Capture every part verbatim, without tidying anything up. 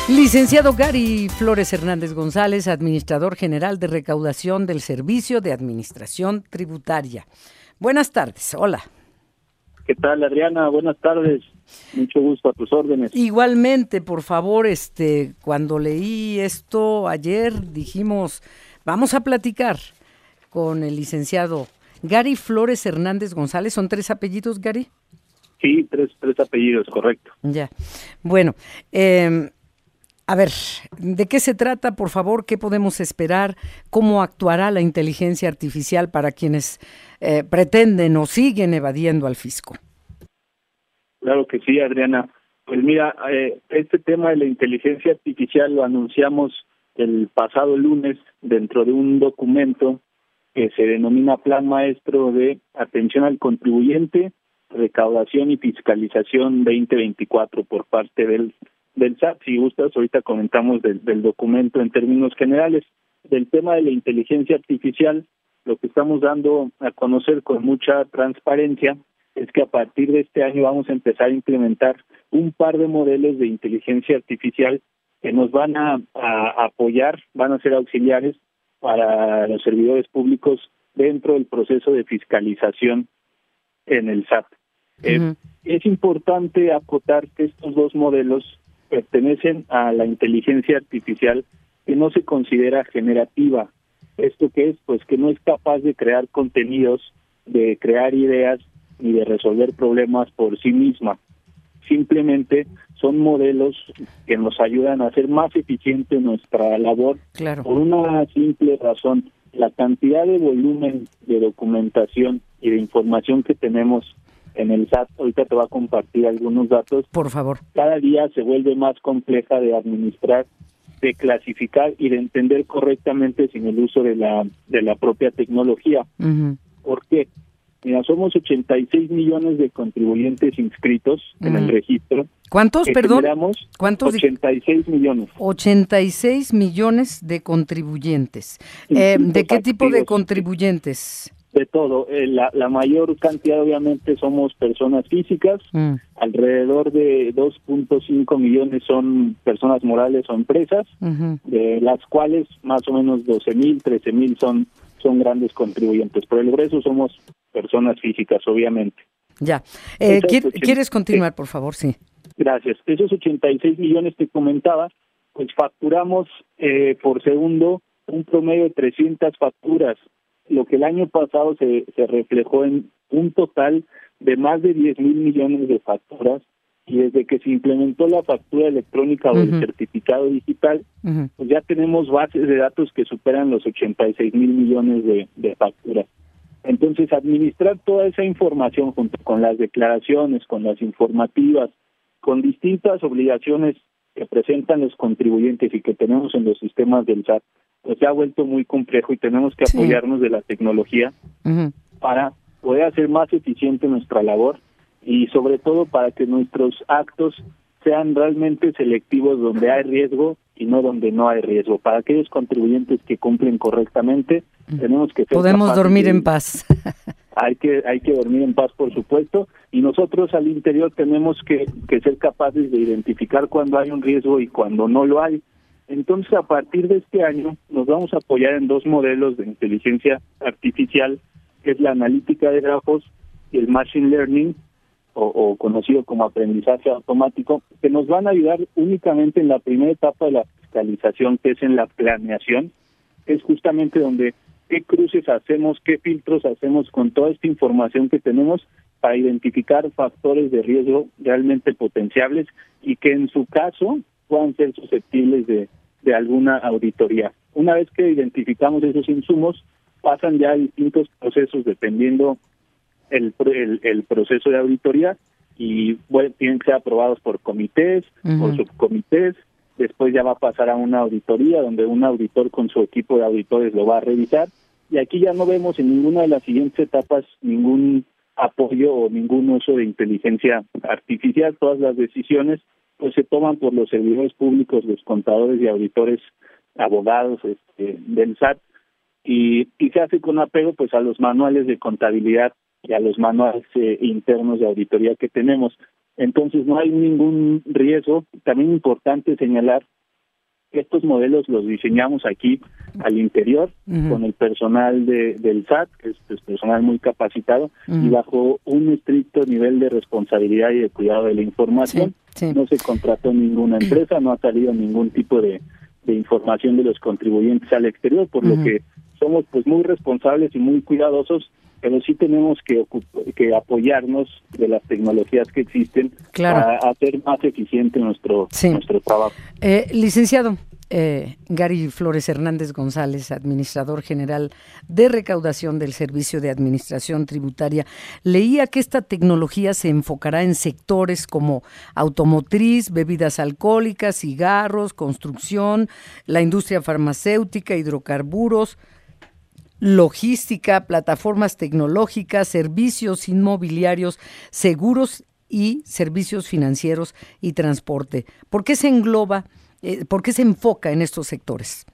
Licenciado Gary Flores Hernández González, administrador general de recaudación del Servicio de Administración Tributaria. Buenas tardes, hola. ¿Qué tal, Adriana? Buenas tardes, mucho gusto, a tus órdenes. Igualmente, por favor, este, cuando leí esto ayer dijimos, vamos a platicar con el licenciado Gary Flores Hernández González. ¿Son tres apellidos, Gary? Sí, tres, tres apellidos, correcto. Ya, bueno, eh, a ver, ¿de qué se trata, por favor? ¿Qué podemos esperar? ¿Cómo actuará la inteligencia artificial para quienes eh, pretenden o siguen evadiendo al fisco? Claro que sí, Adriana. Pues mira, eh, este tema de la inteligencia artificial lo anunciamos el pasado lunes dentro de un documento que se denomina Plan Maestro de Atención al Contribuyente, Recaudación y Fiscalización veinte veinticuatro por parte del del S A T. Si gustas, ahorita comentamos del, del documento en términos generales. Del tema de la inteligencia artificial, lo que estamos dando a conocer con mucha transparencia es que a partir de este año vamos a empezar a implementar un par de modelos de inteligencia artificial que nos van a, a apoyar, van a ser auxiliares para los servidores públicos dentro del proceso de fiscalización en el S A T. Uh-huh. Eh, es importante acotar que estos dos modelos pertenecen a la inteligencia artificial que no se considera generativa. ¿Esto qué es? Pues que no es capaz de crear contenidos, de crear ideas ni de resolver problemas por sí misma. Simplemente son modelos que nos ayudan a hacer más eficiente nuestra labor. Claro. Por una simple razón: la cantidad de volumen de documentación y de información que tenemos en el S A T, ahorita te voy a compartir algunos datos. Por favor. Cada día se vuelve más compleja de administrar, de clasificar y de entender correctamente sin el uso de la de la propia tecnología. Uh-huh. ¿Por qué? Mira, somos ochenta y seis millones de contribuyentes inscritos uh-huh. en el registro. ¿Cuántos, perdón? ¿Cuántos? ochenta y seis millones. ochenta y seis millones de contribuyentes. Eh, ¿De qué tipo de contribuyentes? De todo. Eh, la, la mayor cantidad, obviamente, somos personas físicas. Mm. Alrededor de dos punto cinco millones son personas morales o empresas, uh-huh. de las cuales más o menos doce mil, trece mil son, son grandes contribuyentes. Por el grueso somos personas físicas, obviamente. Ya. Eh, ¿quier, ochenta, ¿Quieres continuar, por favor? Sí. Gracias. Esos ochenta y seis millones que comentaba, pues facturamos eh, por segundo un promedio de trescientas facturas, lo que el año pasado se, se reflejó en un total de más de diez mil millones de facturas, y desde que se implementó la factura electrónica uh-huh. o el certificado digital, uh-huh. pues ya tenemos bases de datos que superan los ochenta y seis mil millones de, de facturas. Entonces, administrar toda esa información junto con las declaraciones, con las informativas, con distintas obligaciones que presentan los contribuyentes y que tenemos en los sistemas del S A T, pues se ha vuelto muy complejo y tenemos que apoyarnos sí. de la tecnología uh-huh. para poder hacer más eficiente nuestra labor y sobre todo para que nuestros actos sean realmente selectivos donde hay riesgo y no donde no hay riesgo. Para aquellos contribuyentes que cumplen correctamente, uh-huh. tenemos que ser Podemos dormir de, en paz. hay que hay que dormir en paz, por supuesto, y nosotros al interior tenemos que, que ser capaces de identificar cuando hay un riesgo y cuando no lo hay. Entonces, a partir de este año, nos vamos a apoyar en dos modelos de inteligencia artificial, que es la analítica de grafos y el machine learning, o, o conocido como aprendizaje automático, que nos van a ayudar únicamente en la primera etapa de la fiscalización, que es en la planeación. Es justamente donde qué cruces hacemos, qué filtros hacemos con toda esta información que tenemos para identificar factores de riesgo realmente potenciables y que en su caso puedan ser susceptibles de, de alguna auditoría. Una vez que identificamos esos insumos, pasan ya a distintos procesos dependiendo el, el, el proceso de auditoría y bueno, tienen que ser aprobados por comités, uh-huh. por subcomités. Después ya va a pasar a una auditoría donde un auditor con su equipo de auditores lo va a revisar, y aquí ya no vemos en ninguna de las siguientes etapas ningún apoyo o ningún uso de inteligencia artificial. Todas las decisiones pues se toman por los servidores públicos, los contadores y auditores, abogados este, del S A T, y, y se hace con apego pues a los manuales de contabilidad y a los manuales eh, internos de auditoría que tenemos. Entonces no hay ningún riesgo. También importante señalar que estos modelos los diseñamos aquí al interior, uh-huh, con el personal de, del S A T, que es pues, personal muy capacitado, uh-huh, y bajo un estricto nivel de responsabilidad y de cuidado de la información. Sí, sí. No se contrató ninguna empresa, no ha salido ningún tipo de, de información de los contribuyentes al exterior, por uh-huh, lo que somos pues muy responsables y muy cuidadosos, pero sí tenemos que, que apoyarnos de las tecnologías que existen, claro, para hacer más eficiente nuestro, sí, nuestro trabajo. Eh, licenciado eh, Gary Flores Hernández González, administrador general de recaudación del Servicio de Administración Tributaria, leía que esta tecnología se enfocará en sectores como automotriz, bebidas alcohólicas, cigarros, construcción, la industria farmacéutica, hidrocarburos, logística, plataformas tecnológicas, servicios inmobiliarios, seguros y servicios financieros y transporte. ¿Por qué se engloba, eh, por qué se enfoca en estos sectores?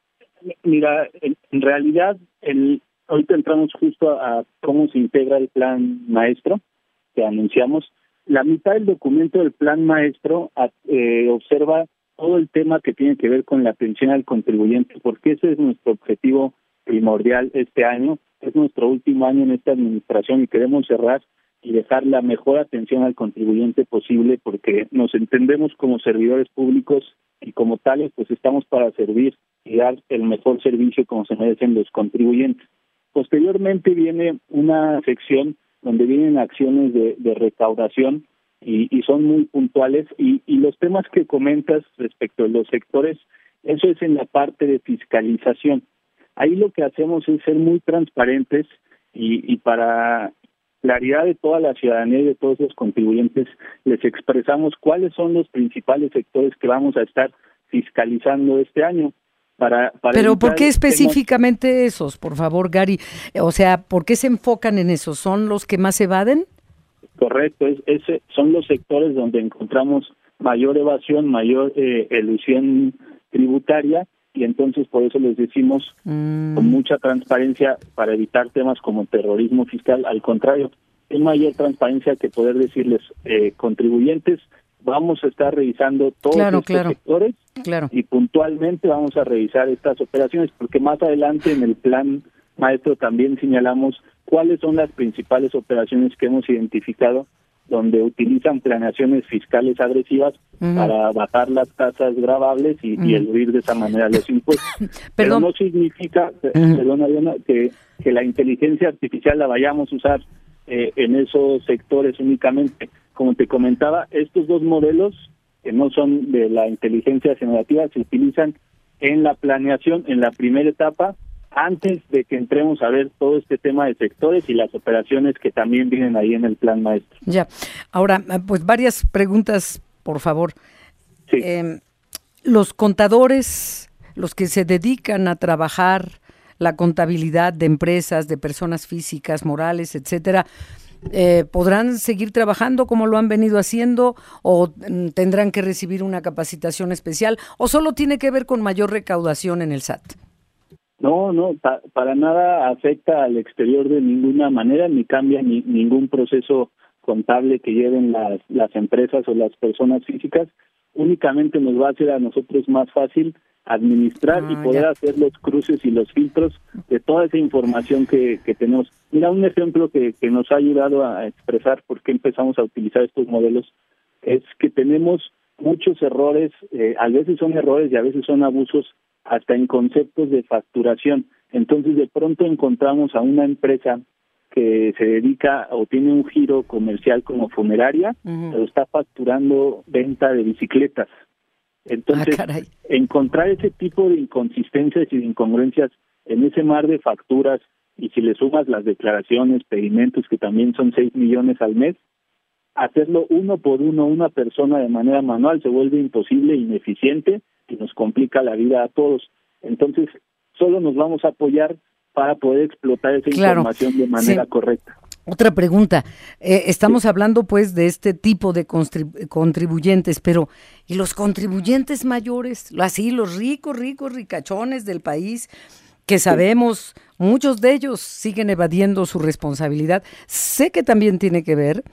Mira, en, en realidad, el, ahorita entramos justo a, a cómo se integra el plan maestro que anunciamos. La mitad del documento del plan maestro eh, observa todo el tema que tiene que ver con la atención al contribuyente, porque ese es nuestro objetivo primordial este año. Es nuestro último año en esta administración y queremos cerrar y dejar la mejor atención al contribuyente posible, porque nos entendemos como servidores públicos y como tales pues estamos para servir y dar el mejor servicio como se merecen los contribuyentes. Posteriormente viene una sección donde vienen acciones de, de recaudación y, y son muy puntuales, y, y los temas que comentas respecto de los sectores, eso es en la parte de fiscalización. Ahí lo que hacemos es ser muy transparentes y, y para claridad de toda la ciudadanía y de todos los contribuyentes, les expresamos cuáles son los principales sectores que vamos a estar fiscalizando este año. Para, para Pero ¿por qué específicamente temas... esos, por favor, Gary? O sea, ¿por qué se enfocan en esos? ¿Son los que más evaden? Correcto, es, ese son los sectores donde encontramos mayor evasión, mayor eh, elusión tributaria, y entonces por eso les decimos mm. con mucha transparencia para evitar temas como terrorismo fiscal. Al contrario, es mayor transparencia que poder decirles, eh, contribuyentes, vamos a estar revisando todos claro, estos claro, sectores claro. y puntualmente vamos a revisar estas operaciones, porque más adelante en el plan maestro también señalamos cuáles son las principales operaciones que hemos identificado donde utilizan planeaciones fiscales agresivas uh-huh. para bajar las tasas gravables y, uh-huh. y eludir de esa manera los impuestos. Pero no significa, uh-huh. perdón, Adriana, que, que la inteligencia artificial la vayamos a usar eh, en esos sectores únicamente. Como te comentaba, estos dos modelos, que no son de la inteligencia generativa, se utilizan en la planeación, en la primera etapa, antes de que entremos a ver todo este tema de sectores y las operaciones que también vienen ahí en el plan maestro. Ya, ahora, pues varias preguntas, por favor. Sí. Eh, los contadores, los que se dedican a trabajar la contabilidad de empresas, de personas físicas, morales, etcétera, eh, ¿podrán seguir trabajando como lo han venido haciendo o tendrán que recibir una capacitación especial o solo tiene que ver con mayor recaudación en el S A T? No, no, pa, para nada afecta al exterior de ninguna manera, ni cambia ni, ningún proceso contable que lleven las, las empresas o las personas físicas. Únicamente nos va a hacer a nosotros más fácil administrar ah, y poder ya. hacer los cruces y los filtros de toda esa información que, que tenemos. Mira, un ejemplo que, que nos ha ayudado a expresar por qué empezamos a utilizar estos modelos es que tenemos muchos errores, eh, a veces son errores y a veces son abusos hasta en conceptos de facturación. Entonces, de pronto encontramos a una empresa que se dedica o tiene un giro comercial como funeraria, uh-huh. pero está facturando venta de bicicletas. Entonces, ah, encontrar ese tipo de inconsistencias y de incongruencias en ese mar de facturas, y si le sumas las declaraciones, pedimentos, que también son seis millones al mes, hacerlo uno por uno, una persona de manera manual, se vuelve imposible, ineficiente, y nos complica la vida a todos. Entonces, solo nos vamos a apoyar para poder explotar esa claro, información de manera sí. correcta. Otra pregunta, eh, estamos sí. hablando pues de este tipo de contribu- contribuyentes, pero ¿y los contribuyentes mayores? Así, los ricos, ricos, ricachones del país, que sabemos, sí. muchos de ellos siguen evadiendo su responsabilidad. Sé que también tiene que ver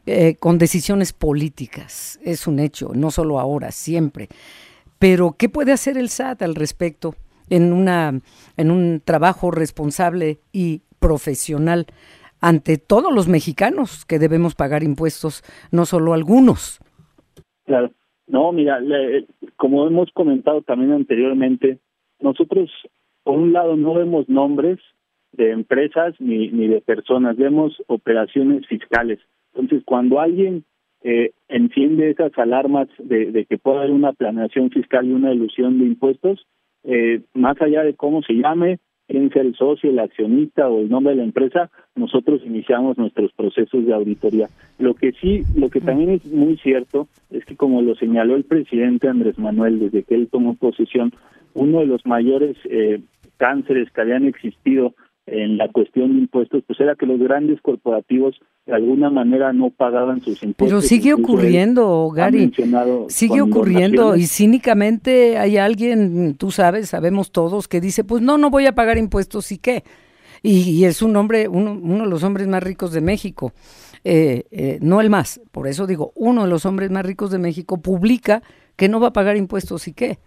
eh, con decisiones políticas, es un hecho, no solo ahora, siempre. Pero, ¿qué puede hacer el S A T al respecto en una en un trabajo responsable y profesional ante todos los mexicanos que debemos pagar impuestos, no solo algunos? Claro. No, mira, le, como hemos comentado también anteriormente, nosotros, por un lado, no vemos nombres de empresas ni, ni de personas, vemos operaciones fiscales. Entonces, cuando alguien eh, enciende esas alarmas de, de que puede haber una planeación fiscal y una elusión de impuestos, eh, más allá de cómo se llame, quién sea el socio, el accionista o el nombre de la empresa, nosotros iniciamos nuestros procesos de auditoría. Lo que sí, lo que también es muy cierto es que, como lo señaló el presidente Andrés Manuel desde que él tomó posesión, uno de los mayores eh, cánceres que habían existido en la cuestión de impuestos, pues era que los grandes corporativos de alguna manera no pagaban sus impuestos. Pero sigue ocurriendo, Gary, sigue ocurriendo, y cínicamente hay alguien, tú sabes, sabemos todos, que dice, pues no, no voy a pagar impuestos, ¿y qué? Y, y es un hombre, uno, uno de los hombres más ricos de México, eh, eh, no el más, por eso digo, uno de los hombres más ricos de México publica que no va a pagar impuestos, ¿y qué?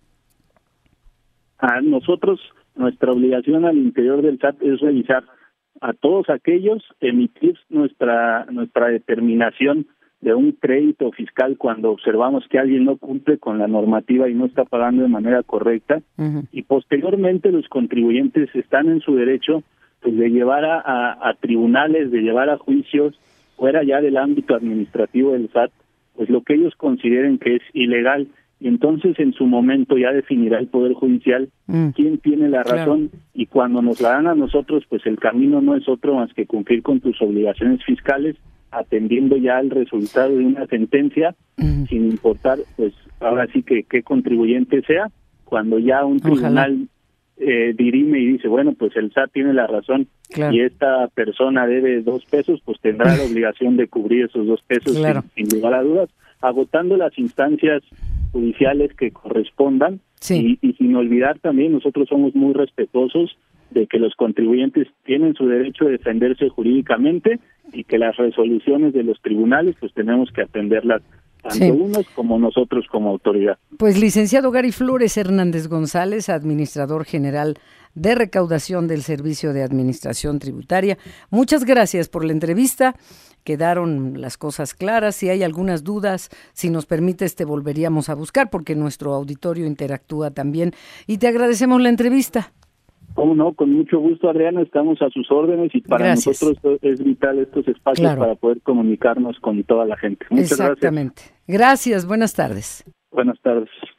A nosotros, nuestra obligación al interior del S A T es revisar a todos aquellos, emitir nuestra nuestra determinación de un crédito fiscal cuando observamos que alguien no cumple con la normativa y no está pagando de manera correcta, uh-huh. Y posteriormente los contribuyentes están en su derecho, pues, de llevar a, a, a tribunales, de llevar a juicios fuera ya del ámbito administrativo del S A T, pues lo que ellos consideren que es ilegal. Y entonces en su momento ya definirá el Poder Judicial mm. quién tiene la razón, claro. Y cuando nos la dan a nosotros, pues el camino no es otro más que cumplir con tus obligaciones fiscales, atendiendo ya el resultado de una sentencia, mm. sin importar, pues ahora sí que qué contribuyente sea. Cuando ya un tribunal eh, dirime y dice, bueno, pues el S A T tiene la razón, claro. Y esta persona debe dos pesos, pues tendrá la obligación de cubrir esos dos pesos, claro. sin, sin lugar a dudas, agotando las instancias judiciales que correspondan, sí. y, y sin olvidar también, nosotros somos muy respetuosos de que los contribuyentes tienen su derecho de defenderse jurídicamente y que las resoluciones de los tribunales pues tenemos que atenderlas tanto sí. unos como nosotros como autoridad. Pues licenciado Gary Flores Hernández González, administrador general de recaudación del Servicio de Administración Tributaria, muchas gracias por la entrevista. Quedaron las cosas claras. Si hay algunas dudas, si nos permites, te volveríamos a buscar porque nuestro auditorio interactúa también, y te agradecemos la entrevista. Cómo no, con mucho gusto, Adriana, estamos a sus órdenes, y para gracias. Nosotros es vital estos espacios, claro. Para poder comunicarnos con toda la gente. Muchas Exactamente. gracias. Gracias, buenas tardes. Buenas tardes.